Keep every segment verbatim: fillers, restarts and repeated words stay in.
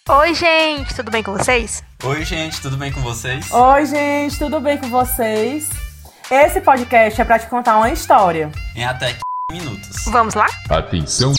Oi, gente, tudo bem com vocês? Oi, gente, tudo bem com vocês? Oi, gente, tudo bem com vocês? Esse podcast é pra te contar uma história em até minutos. Vamos lá? Atenção!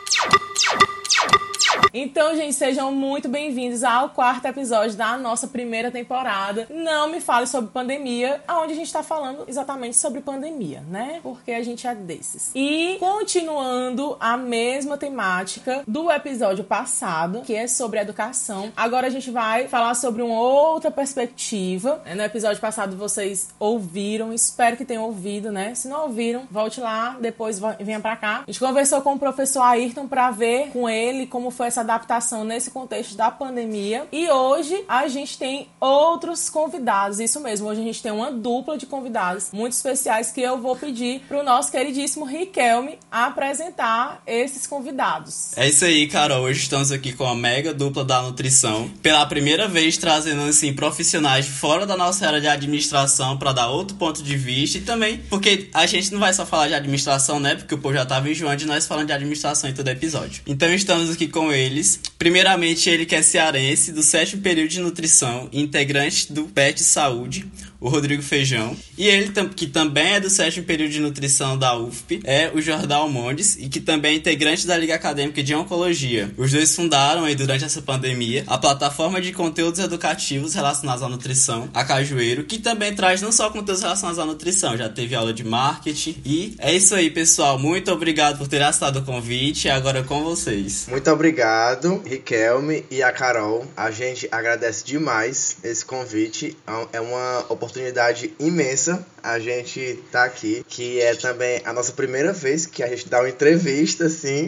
Então, gente, sejam muito bem-vindos ao quarto episódio da nossa primeira temporada. Não me fale sobre pandemia, onde a gente tá falando exatamente sobre pandemia, né? Porque a gente é desses. E continuando a mesma temática do episódio passado, que é sobre educação, agora a gente vai falar sobre uma outra perspectiva. No episódio passado vocês ouviram, espero que tenham ouvido, né? Se não ouviram, volte lá, depois venha pra cá. A gente conversou com o professor Ayrton pra ver com ele como foi essa adaptação nesse contexto da pandemia. E hoje a gente tem outros convidados, isso mesmo, hoje a gente tem uma dupla de convidados muito especiais que eu vou pedir pro nosso queridíssimo Riquelme apresentar esses convidados. É isso aí, Carol, hoje estamos aqui com a mega dupla da nutrição, pela primeira vez trazendo assim profissionais fora da nossa área de administração para dar outro ponto de vista e também porque a gente não vai só falar de administração, né, porque o povo já tava enjoando de nós falando de administração em todo episódio. Então estamos aqui com eles. Primeiramente, ele que é cearense, do sétimo período de nutrição, integrante do P E T Saúde, o Rodrigo Feijão. E ele, que também é do sétimo período de nutrição da U F P, é o Jordão Mondes, e que também é integrante da Liga Acadêmica de Oncologia. Os dois fundaram, aí, durante essa pandemia, a plataforma de conteúdos educativos relacionados à nutrição, a Cajueiro, que também traz não só conteúdos relacionados à nutrição, já teve aula de marketing. E é isso aí, pessoal. Muito obrigado por ter aceitado o convite. E agora é com vocês. Muito obrigado, Riquelme e a Carol. A gente agradece demais esse convite. É uma oportunidade imensa a gente tá aqui, que é também a nossa primeira vez que a gente dá uma entrevista, assim,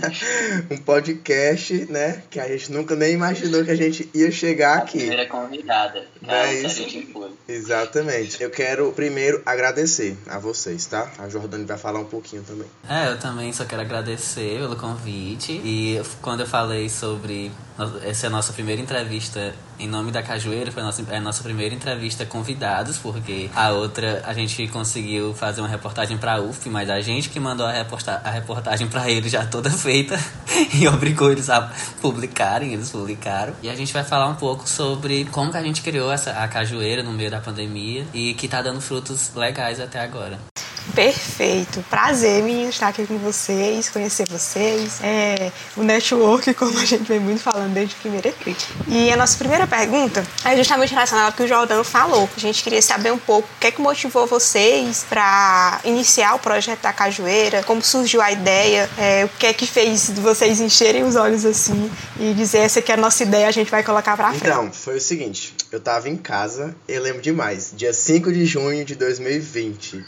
um podcast, né, que a gente nunca nem imaginou que a gente ia chegar aqui. A primeira convidada. É isso? Exatamente. Eu quero primeiro agradecer a vocês, tá? A Jordane vai falar um pouquinho também. É, eu também só quero agradecer pelo convite. E quando eu falei sobre... Essa é a nossa primeira entrevista em nome da Cajueiro, foi a nossa, é a nossa primeira entrevista convidados, porque a outra a gente conseguiu fazer uma reportagem pra U F P, mas a gente que mandou a, reporta, a reportagem pra eles já toda feita e obrigou eles a publicarem, eles publicaram. E a gente vai falar um pouco sobre como que a gente criou essa, a Cajueiro no meio da pandemia e que tá dando frutos legais até agora. Perfeito. Prazer, meninos, estar aqui com vocês, conhecer vocês. É o network, como a gente vem muito falando desde o primeiro clipe. E a nossa primeira pergunta é justamente relacionada ao que o Jordão falou. A gente queria saber um pouco o que é que motivou vocês para iniciar o projeto da Cajueira, como surgiu a ideia, é, o que é que fez vocês encherem os olhos assim e dizer essa aqui é a nossa ideia, a gente vai colocar pra frente. Então, foi o seguinte, eu tava em casa, eu lembro demais, dia cinco de junho de dois mil e vinte.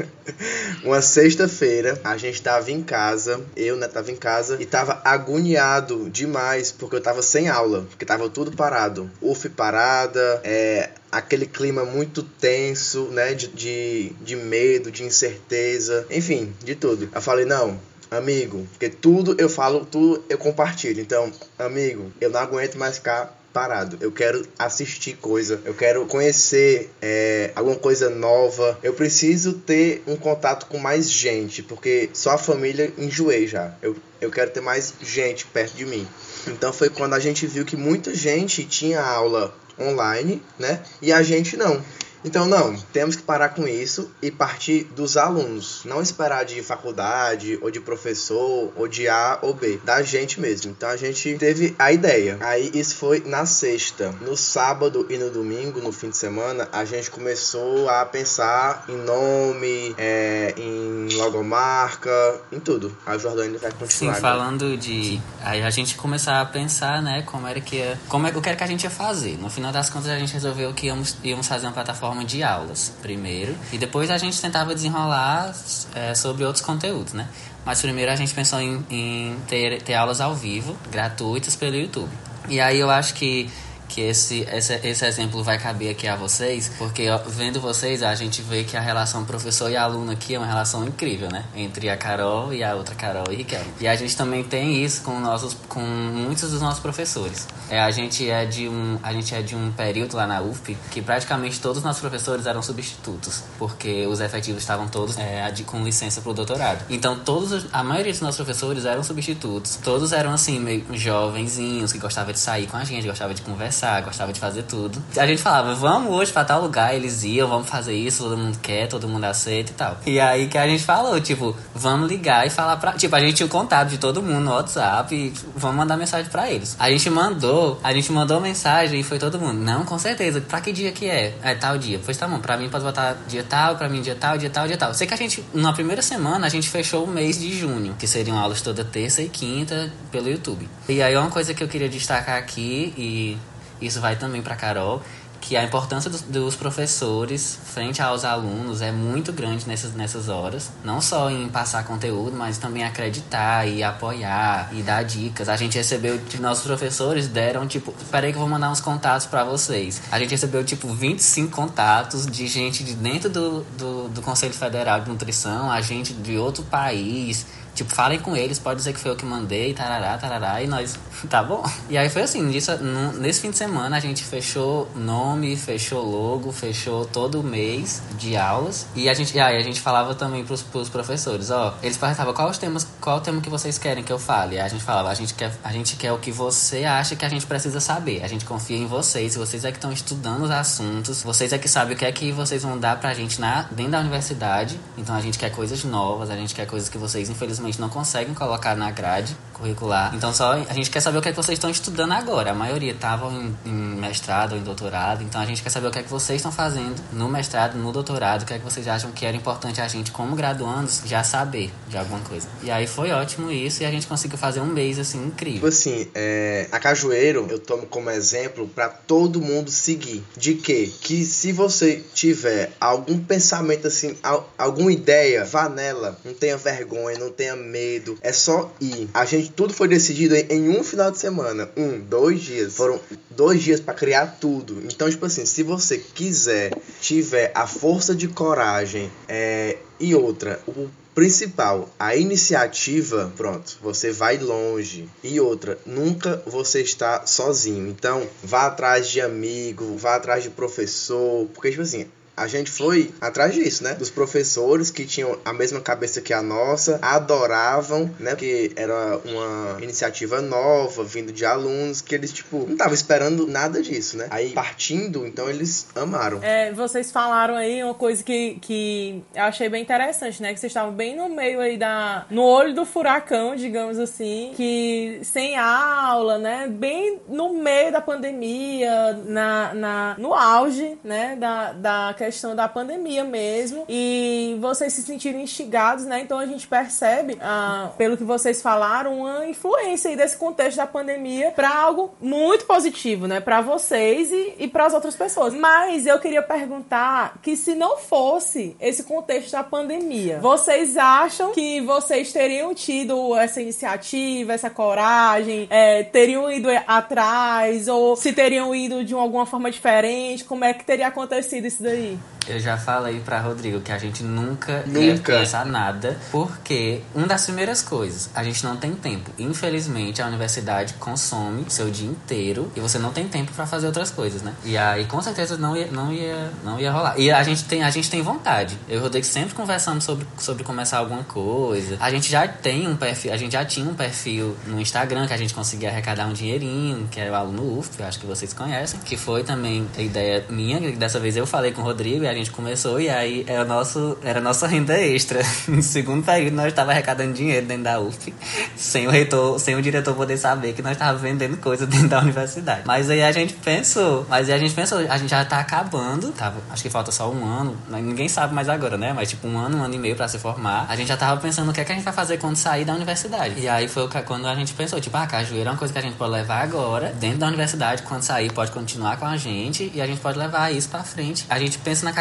Uma sexta-feira, a gente tava em casa, eu, né, tava em casa e tava agoniado demais porque eu tava sem aula, porque tava tudo parado. U F parada, é, aquele clima muito tenso, né, de, de, de medo, de incerteza, enfim, de tudo. Eu falei, não, amigo, porque tudo eu falo, tudo eu compartilho. Então, amigo, eu não aguento mais ficar parado, eu quero assistir coisa, eu quero conhecer é, alguma coisa nova, eu preciso ter um contato com mais gente, porque só a família enjoei já, eu, eu quero ter mais gente perto de mim. Então foi quando a gente viu que muita gente tinha aula online, né, e a gente não. Então, não, temos que parar com isso e partir dos alunos. Não esperar de faculdade, ou de professor, ou de A ou B. Da gente mesmo. Então, a gente teve a ideia. Aí, isso foi na sexta. No sábado e no domingo, no fim de semana, a gente começou a pensar em nome, é, em logomarca, em tudo. A Jordane vai continuar. Sim, falando de... Aí a gente começar a pensar, né, como era que ia... Como é, o que era que a gente ia fazer. No final das contas, a gente resolveu que íamos, íamos fazer uma plataforma de aulas primeiro e depois a gente tentava desenrolar é, sobre outros conteúdos, né? Mas primeiro a gente pensou em, em ter, ter aulas ao vivo, gratuitas pelo YouTube. E aí eu acho que que esse, esse, esse exemplo vai caber aqui a vocês, porque ó, vendo vocês, a gente vê que a relação professor e aluno aqui é uma relação incrível, né? Entre a Carol e a outra Carol e Riquelme. E a gente também tem isso com, nossos, com muitos dos nossos professores. É, a, gente é de um, a gente é de um período lá na U F P que praticamente todos os nossos professores eram substitutos, porque os efetivos estavam todos é, de, com licença pro doutorado. Então, todos, a maioria dos nossos professores eram substitutos. Todos eram, assim, meio jovenzinhos, que gostavam de sair com a gente, gostavam de conversar, gostavam de fazer tudo. A gente falava, vamos hoje pra tal lugar, eles iam, vamos fazer isso, todo mundo quer, todo mundo aceita e tal. E aí que a gente falou, tipo, vamos ligar e falar pra... Tipo, a gente tinha o contato de todo mundo no WhatsApp e vamos mandar mensagem pra eles. A gente mandou, a gente mandou mensagem e foi todo mundo, não, com certeza, pra que dia que é? É tal dia. Pois tá bom, pra mim pode botar dia tal, pra mim dia tal, dia tal, dia tal. Sei que a gente, na primeira semana, a gente fechou o mês de junho, que seriam aulas toda terça e quinta pelo YouTube. E aí uma coisa que eu queria destacar aqui, e isso vai também pra Carol, que a importância dos, dos professores frente aos alunos é muito grande nessas, nessas horas. Não só em passar conteúdo, mas também acreditar e apoiar e dar dicas. A gente recebeu, nossos professores deram, tipo, espera aí que eu vou mandar uns contatos pra vocês. A gente recebeu, tipo, vinte e cinco contatos de gente de dentro do, do, do Conselho Federal de Nutrição, a gente de outro país. Tipo, falem com eles, pode dizer que foi eu que mandei, tarará, tarará, e nós, tá bom. E aí foi assim, nisso, nesse fim de semana a gente fechou nome, fechou logo, fechou todo o mês de aulas. E a gente, e aí a gente falava também pros, pros professores, ó, eles perguntavam qual os temas, qual o tema que vocês querem que eu fale. E a gente falava, a gente quer, a gente quer o que você acha que a gente precisa saber. A gente confia em vocês, vocês é que estão estudando os assuntos, vocês é que sabem o que é que vocês vão dar pra gente na, dentro da universidade. Então a gente quer coisas novas, a gente quer coisas que vocês, infelizmente, não conseguem colocar na grade curricular. Então só a gente quer saber o que é que vocês estão estudando agora. A maioria estavam em, em mestrado ou em doutorado. Então a gente quer saber o que é que vocês estão fazendo no mestrado, no doutorado. O que é que vocês acham que era importante a gente, como graduandos, já saber de alguma coisa. E aí foi ótimo isso e a gente conseguiu fazer um mês assim incrível. Tipo assim, é, a Cajueiro eu tomo como exemplo pra todo mundo seguir. De que? Que se você tiver algum pensamento assim, al- alguma ideia, vá nela. Não tenha vergonha, não tenha medo, é só ir. A gente, tudo foi decidido em, em um final de semana, um, dois dias, foram dois dias pra criar tudo. Então, tipo assim, se você quiser, tiver a força de coragem, é, e outra, o principal, a iniciativa, pronto, você vai longe. E outra, nunca você está sozinho. Então, vá atrás de amigo, vá atrás de professor, porque, tipo assim, a gente foi atrás disso, né? Dos professores que tinham a mesma cabeça que a nossa, adoravam, né? Porque era uma iniciativa nova, vindo de alunos, que eles, tipo, não estavam esperando nada disso, né? Aí, partindo, então, eles amaram. É, vocês falaram aí uma coisa que, que eu achei bem interessante, né? Que vocês estavam bem no meio aí da... no olho do furacão, digamos assim, que sem aula, né? Bem no meio da pandemia, na, na, no auge, né? Da, da questão da pandemia mesmo, e vocês se sentiram instigados, né? Então a gente percebe, ah, pelo que vocês falaram, uma influência aí desse contexto da pandemia para algo muito positivo, né? Para vocês e, e para as outras pessoas. Mas eu queria perguntar que se não fosse esse contexto da pandemia, vocês acham que vocês teriam tido essa iniciativa, essa coragem, é, teriam ido atrás, ou se teriam ido de alguma forma diferente? Como é que teria acontecido isso daí? Eu já falei pra Rodrigo que a gente nunca, Nunca. ia começar nada, porque uma das primeiras coisas, a gente não tem tempo. Infelizmente, a universidade consome seu dia inteiro e você não tem tempo pra fazer outras coisas, né? E aí, com certeza, não ia, não ia, não ia rolar. E a gente tem, a gente tem vontade. Eu e o Rodrigo sempre conversamos sobre, sobre começar alguma coisa. A gente já tem um perfil, a gente já tinha um perfil no Instagram que a gente conseguia arrecadar um dinheirinho, que era o Aluno U F P, eu acho que vocês conhecem, que foi também a ideia minha, que dessa vez eu falei com o Rodrigo e a gente começou, e aí era, o nosso, era a nossa renda extra. No segundo período, nós estávamos arrecadando dinheiro dentro da U F P, sem o reitor, sem o diretor poder saber que nós estávamos vendendo coisa dentro da universidade. Mas aí a gente pensou, mas aí a gente pensou, a gente já tá acabando, tava, acho que falta só um ano, ninguém sabe mais agora, né? Mas tipo um ano, um ano e meio pra se formar. A gente já tava pensando o que é que a gente vai fazer quando sair da universidade. E aí foi quando a gente pensou, tipo, ah, cajueiro é uma coisa que a gente pode levar agora, dentro da universidade, quando sair pode continuar com a gente, e a gente pode levar isso pra frente. A gente pensa na cajueira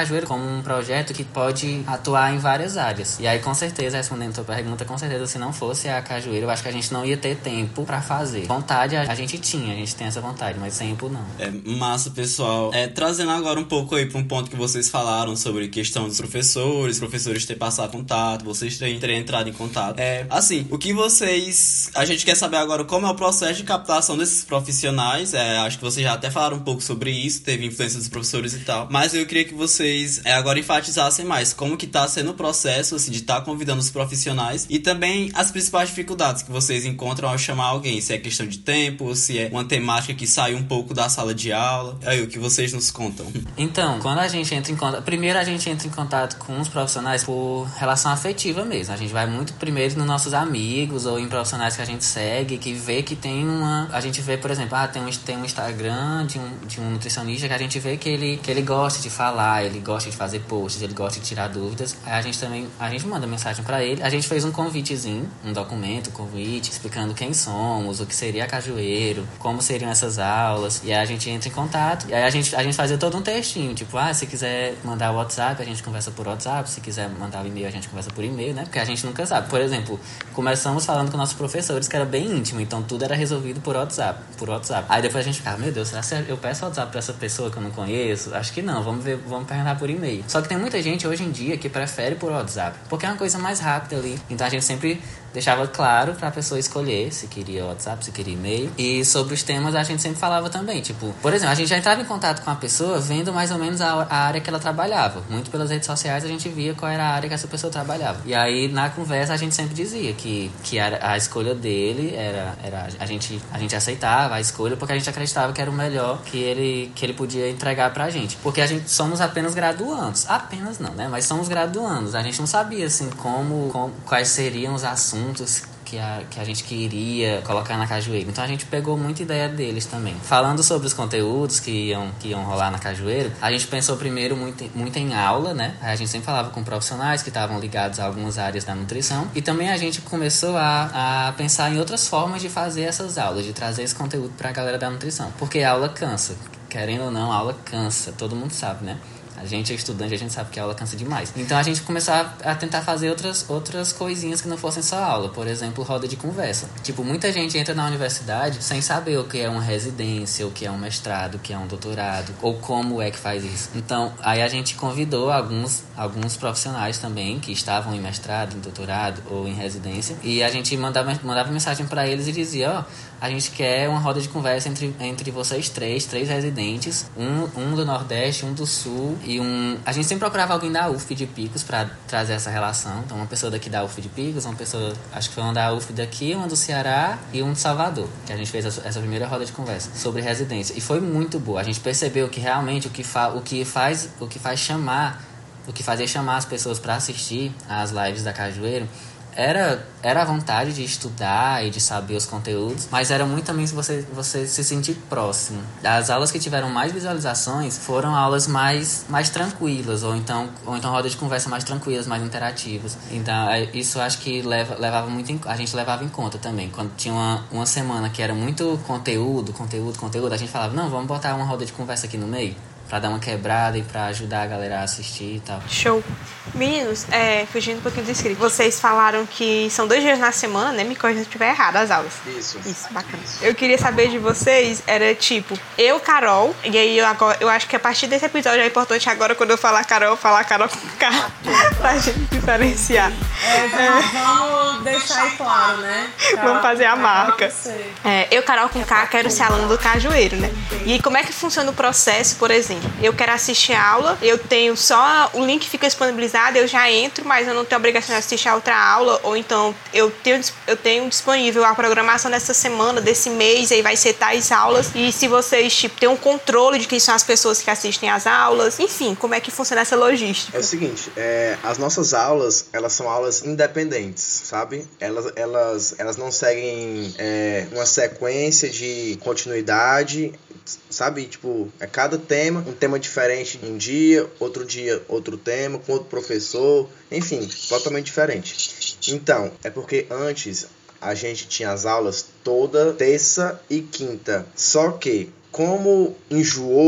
Cajueiro como um projeto que pode atuar em várias áreas. E aí, com certeza, respondendo a tua pergunta, com certeza, se não fosse a Cajueiro, eu acho que a gente não ia ter tempo pra fazer. Vontade a gente tinha, a gente tem essa vontade, mas tempo não. É massa, pessoal. É, trazendo agora um pouco aí pra um ponto que vocês falaram sobre questão dos professores, professores ter passado contato, vocês terem, terem entrado em contato. É, assim, o que vocês... A gente quer saber agora como é o processo de captação desses profissionais. É, acho que vocês já até falaram um pouco sobre isso, teve influência dos professores e tal. Mas eu queria que vocês é, agora enfatizassem mais como que tá sendo o processo, assim, de estar tá convidando os profissionais e também as principais dificuldades que vocês encontram ao chamar alguém. Se é questão de tempo, se é uma temática que sai um pouco da sala de aula. Aí, o que vocês nos contam? Então, quando a gente entra em contato... Primeiro a gente entra em contato com os profissionais por relação afetiva mesmo. A gente vai muito primeiro nos nossos amigos ou em profissionais que a gente segue, que vê que tem uma... A gente vê, por exemplo, ah, tem um, tem um Instagram de um, de um nutricionista que a gente vê que ele, que ele gosta de falar, ele gosta de fazer posts, ele gosta de tirar dúvidas. Aí a gente também... A gente manda mensagem pra ele. A gente fez um convitezinho, um documento, um convite, explicando quem somos, o que seria a Cajueiro, como seriam essas aulas. E aí a gente entra em contato. E aí a gente, a gente fazia todo um textinho, tipo, ah, se quiser mandar o WhatsApp, a gente conversa por WhatsApp. Se quiser mandar o e-mail, a gente conversa por e-mail, né? Porque a gente nunca sabe. Por exemplo, começamos falando com nossos professores, que era bem íntimo, então tudo era resolvido por WhatsApp, por WhatsApp. Aí depois a gente ficava, meu Deus, será que eu peço WhatsApp pra essa pessoa que eu não conheço? Acho que não, vamos ver, vamos perguntar por e-mail. Só que tem muita gente hoje em dia que prefere por WhatsApp, porque é uma coisa mais rápida ali. Então a gente sempre deixava claro pra pessoa escolher se queria WhatsApp, se queria e-mail. E sobre os temas a gente sempre falava também, tipo, por exemplo, a gente já entrava em contato com a pessoa vendo mais ou menos a, a área que ela trabalhava. Muito pelas redes sociais a gente via qual era a área que essa pessoa trabalhava. E aí na conversa a gente sempre dizia que, que a, a escolha dele era, era a, gente, a gente aceitava a escolha porque a gente acreditava que era o melhor que ele, que ele podia entregar pra gente. Porque a gente somos apenas graduandos. Apenas não, né? Mas somos graduandos. A gente não sabia, assim, como, como quais seriam os assuntos que a, que a gente queria colocar na Cajueiro. Então a gente pegou muita ideia deles também. Falando sobre os conteúdos que iam, que iam rolar na Cajueiro, a gente pensou primeiro muito, muito em aula, né? A gente sempre falava com profissionais que estavam ligados a algumas áreas da nutrição. E também a gente começou a, a pensar em outras formas de fazer essas aulas, de trazer esse conteúdo pra galera da nutrição. Porque a aula cansa. Querendo ou não, a aula cansa. Todo mundo sabe, né? A gente é estudante, a gente sabe que a aula cansa demais. Então a gente começou a tentar fazer outras, outras coisinhas que não fossem só aula. Por exemplo, roda de conversa. Tipo, muita gente entra na universidade sem saber o que é uma residência, o que é um mestrado, o que é um doutorado, ou como é que faz isso. Então, aí a gente convidou alguns, alguns profissionais também que estavam em mestrado, em doutorado ou em residência. E a gente mandava, mandava mensagem para eles e dizia, ó, oh, a gente quer uma roda de conversa entre, entre vocês três, três residentes, um, um do Nordeste, um do Sul e um... A gente sempre procurava alguém da U F de Picos para trazer essa relação. Então, uma pessoa daqui da U F de Picos, uma pessoa, acho que foi uma da U F daqui, uma do Ceará e um de Salvador, que a gente fez essa primeira roda de conversa sobre residência. E foi muito boa. A gente percebeu que realmente o que, fa, o que, faz, o que faz chamar, o que fazia chamar as pessoas para assistir às lives da Cajueiro Era, era a vontade de estudar e de saber os conteúdos, mas era muito também se você, você se sentir próximo. As aulas que tiveram mais visualizações foram aulas mais, mais tranquilas, ou então, ou então rodas de conversa mais tranquilas, mais interativas. Então, isso acho que leva, levava muito em, a gente levava em conta também. Quando tinha uma, uma semana que era muito conteúdo, conteúdo, conteúdo, a gente falava, não, vamos botar uma roda de conversa aqui no meio, pra dar uma quebrada e pra ajudar a galera a assistir e tal. Show. Meninos, é, fugindo um pouquinho do script, vocês falaram que são dois dias na semana, né? Me corrija se eu estiver errado as aulas. Isso. Isso, bacana. Eu queria saber de vocês, era tipo, eu, Carol, e aí eu, agora, eu acho que a partir desse episódio é importante agora, quando eu falar Carol, falar Carol com K, pra gente diferenciar. É, vamos, vamos deixar aí claro, né? Carol, vamos fazer a marca. É, eu, Carol com K, quero ser aluna do Cajueiro, né? E como é que funciona o processo, por exemplo? Eu quero assistir a aula, eu tenho só... O link fica disponibilizado, eu já entro, mas eu não tenho obrigação de assistir a outra aula, ou então eu tenho, eu tenho disponível a programação dessa semana, desse mês, aí vai ser tais aulas, e se vocês, tipo, têm um controle de quem são as pessoas que assistem às aulas, enfim, como é que funciona essa logística? É o seguinte, é, as nossas aulas, elas são aulas independentes, sabe? Elas, elas, elas não seguem é, uma sequência de continuidade, sabe? Tipo, é cada tema, um tema diferente um dia, outro dia outro tema, com outro professor, enfim, totalmente diferente. Então, é porque antes a gente tinha as aulas toda terça e quinta, só que como enjoou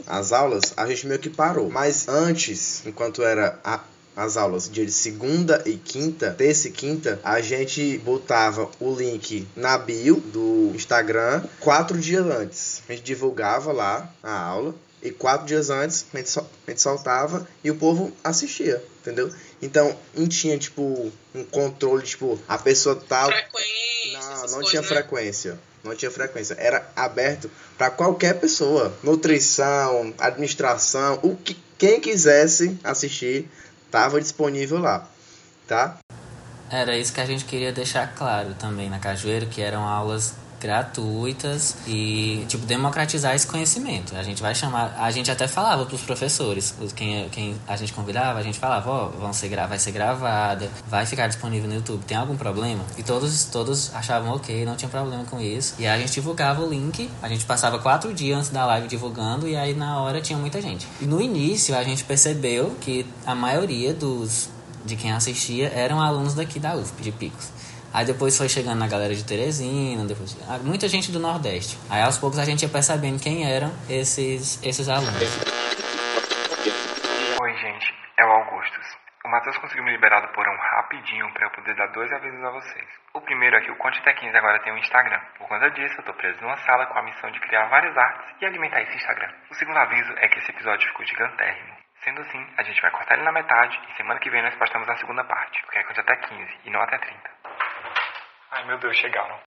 as aulas, a gente meio que parou. Mas antes, enquanto era a as aulas dia de segunda e quinta, terça e quinta, a gente botava o link na bio do Instagram quatro dias antes. A gente divulgava lá a aula e quatro dias antes a gente, sol- a gente soltava e o povo assistia, entendeu? Então, não tinha, tipo, um controle, tipo, a pessoa tal... Frequência, Não, essas não coisas, tinha né? frequência. Não tinha frequência. Era aberto para qualquer pessoa. Nutrição, administração, o que quem quisesse assistir estava disponível lá, tá? Era isso que a gente queria deixar claro também na Cajueiro, que eram aulas gratuitas e, tipo, democratizar esse conhecimento. A gente vai chamar... A gente até falava pros professores, os- quem, quem a gente convidava, a gente falava, ó, vão ser, gra- vai ser gravada, vai ficar disponível no YouTube, tem algum problema? E todos, todos achavam ok, não tinha problema com isso. E aí a gente divulgava o link, a gente passava quatro dias antes da live divulgando e aí na hora tinha muita gente. E no início a gente percebeu que a maioria dos... de quem assistia eram alunos daqui da U F P, de Picos. Aí depois foi chegando na galera de Teresina, depois, muita gente do Nordeste. Aí aos poucos a gente ia percebendo quem eram esses, esses alunos. Oi, gente, é o Augustus. O Matheus conseguiu me liberar do porão rapidinho pra eu poder dar dois avisos a vocês. O primeiro é que o Conte Até quinze agora tem um Instagram. Por conta disso, eu tô preso numa sala com a missão de criar várias artes e alimentar esse Instagram. O segundo aviso é que esse episódio ficou gigantérrimo. Sendo assim, a gente vai cortar ele na metade e semana que vem nós postamos a segunda parte, porque é Conte Até quinze e não até trinta. Ai meu Deus, chegaram.